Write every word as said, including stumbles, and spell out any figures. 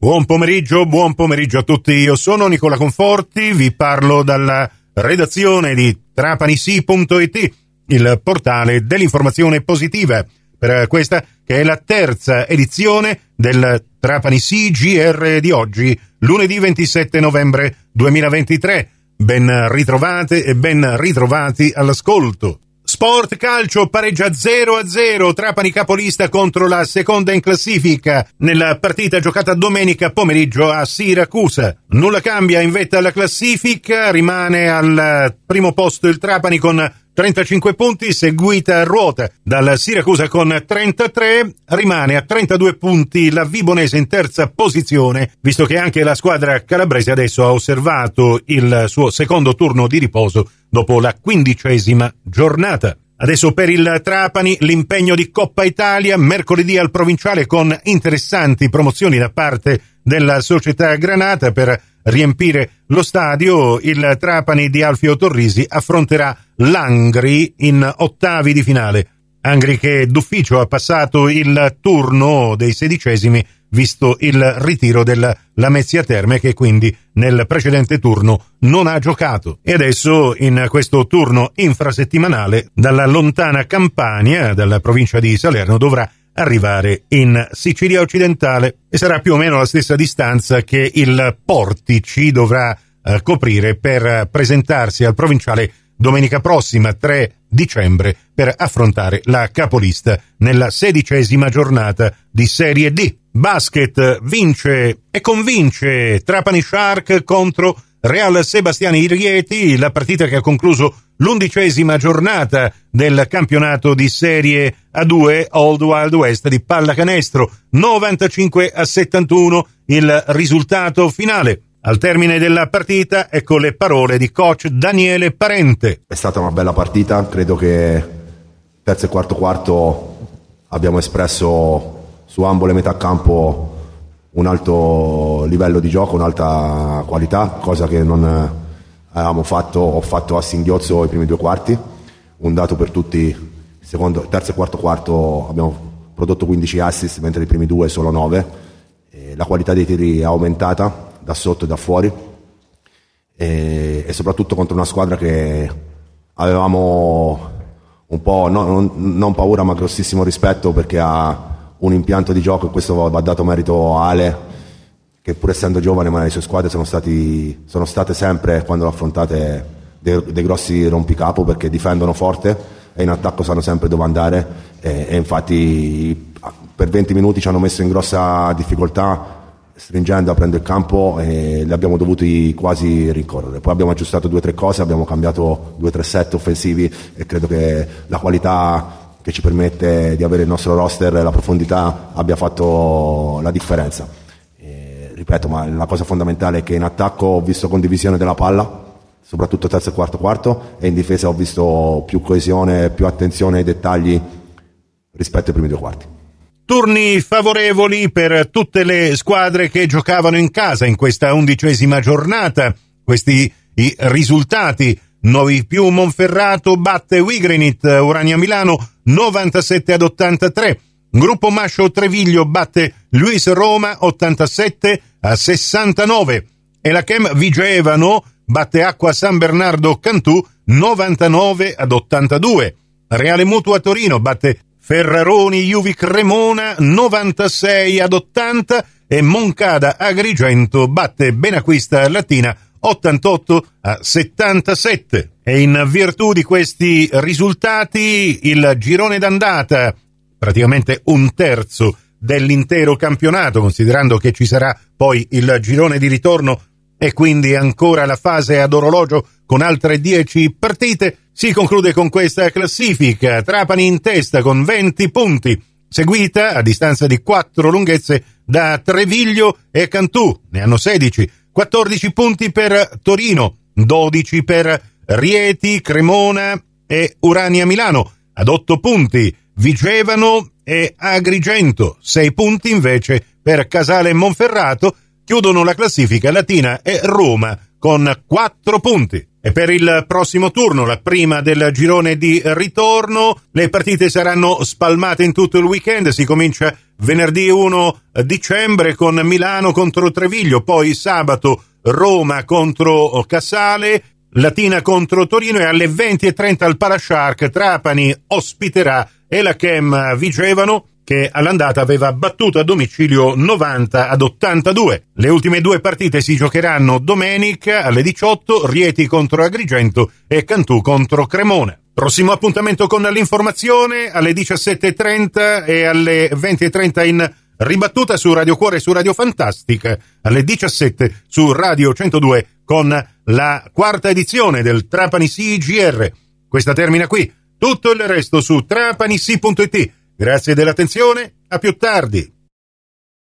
Buon pomeriggio, buon pomeriggio a tutti. Io sono Nicola Conforti, vi parlo dalla redazione di trapanisi punto it, il portale dell'informazione positiva, per questa che è la terza edizione del Trapanisi G R di oggi, lunedì ventisette novembre duemilaventitré. Ben ritrovate e ben ritrovati all'ascolto. Sport calcio pareggia zero a zero, Trapani capolista contro la seconda in classifica nella partita giocata domenica pomeriggio a Siracusa. Nulla cambia in vetta alla classifica, rimane al primo posto il Trapani con trentacinque punti, seguita a ruota dal Siracusa con trentatré, rimane a trentadue punti la Vibonese in terza posizione, visto che anche la squadra calabrese adesso ha osservato il suo secondo turno di riposo dopo la quindicesima giornata. Adesso per il Trapani l'impegno di Coppa Italia, mercoledì al Provinciale con interessanti promozioni da parte della società Granata. Per riempire lo stadio, il Trapani di Alfio Torrisi affronterà l'Angri in ottavi di finale. Angri che d'ufficio ha passato il turno dei sedicesimi, visto il ritiro del Lamezia Terme, che quindi nel precedente turno non ha giocato. E adesso in questo turno infrasettimanale dalla lontana Campania, dalla provincia di Salerno, dovrà arrivare in Sicilia occidentale e sarà più o meno la stessa distanza che il Portici dovrà eh, coprire per presentarsi al Provinciale domenica prossima, tre dicembre, per affrontare la capolista nella sedicesima giornata di Serie D. Basket vince e convince Trapani Shark contro Real Sebastiani Rieti, la partita che ha concluso l'undicesima giornata del campionato di Serie A due Old Wild West di pallacanestro, novantacinque a settantuno il risultato finale. Al termine della partita, ecco le parole di coach Daniele Parente. È stata una bella partita, credo che terzo e quarto quarto abbiamo espresso su ambo le metà campo un alto livello di gioco, un'alta qualità, cosa che non avevamo fatto, ho fatto a singhiozzo i primi due quarti. Un dato per tutti, secondo, terzo e quarto quarto abbiamo prodotto quindici assist, mentre i primi due solo nove. E la qualità dei tiri è aumentata da sotto e da fuori, e, e soprattutto contro una squadra che avevamo un po', no, non, non paura ma grossissimo rispetto, perché ha un impianto di gioco, e questo va dato merito a Ale, che pur essendo giovane ma le sue squadre sono, stati, sono state sempre, quando le affrontate, dei, dei grossi rompicapo, perché difendono forte e in attacco sanno sempre dove andare, e, e infatti per venti minuti ci hanno messo in grossa difficoltà, stringendo a prendere il campo, e li abbiamo dovuti quasi rincorrere. Poi abbiamo aggiustato due o tre cose, abbiamo cambiato due o tre set offensivi, e credo che la qualità che ci permette di avere il nostro roster, la profondità, abbia fatto la differenza. E, ripeto, ma la cosa fondamentale è che in attacco ho visto condivisione della palla, soprattutto terzo e quarto quarto, e in difesa ho visto più coesione, più attenzione ai dettagli rispetto ai primi due quarti. Turni favorevoli per tutte le squadre che giocavano in casa in questa undicesima giornata. Questi i risultati: Novi Più Monferrato batte Wigrenit Urania Milano novantasette ad ottantatré. Gruppo Mascio Treviglio batte Luis Roma ottantasette a sessantanove. E la Chem Vigevano batte Acqua San Bernardo Cantù novantanove ad ottantadue. Reale Mutua Torino batte Ferraroni Juvi Cremona novantasei ad ottanta, e Moncada Agrigento batte Benacquista Latina ottantotto a settantasette. E in virtù di questi risultati il girone d'andata, praticamente un terzo dell'intero campionato, considerando che ci sarà poi il girone di ritorno e quindi ancora la fase ad orologio con altre dieci partite, si conclude con questa classifica. Trapani in testa con venti punti, seguita a distanza di quattro lunghezze da Treviglio e Cantù, ne hanno sedici, quattordici punti per Torino, dodici per Rieti, Cremona e Urania Milano, ad otto punti Vigevano e Agrigento, sei punti invece per Casale e Monferrato. Chiudono la classifica Latina e Roma con quattro punti. E per il prossimo turno, la prima del girone di ritorno, le partite saranno spalmate in tutto il weekend. Si comincia venerdì primo dicembre con Milano contro Treviglio, poi sabato Roma contro Casale, Latina contro Torino, e alle venti e trenta al Parashark Trapani ospiterà Elachem Vigevano, che all'andata aveva battuto a domicilio novanta ad ottantadue. Le ultime due partite si giocheranno domenica alle diciotto, Rieti contro Agrigento e Cantù contro Cremona. Prossimo appuntamento con l'informazione alle diciassette e trenta e alle venti e trenta in ribattuta su Radio Cuore e su Radio Fantastica, alle diciassette su Radio centodue con la quarta edizione del Trapani Sì G R. Questa termina qui, tutto il resto su trapanisi punto it. Grazie dell'attenzione, a più tardi.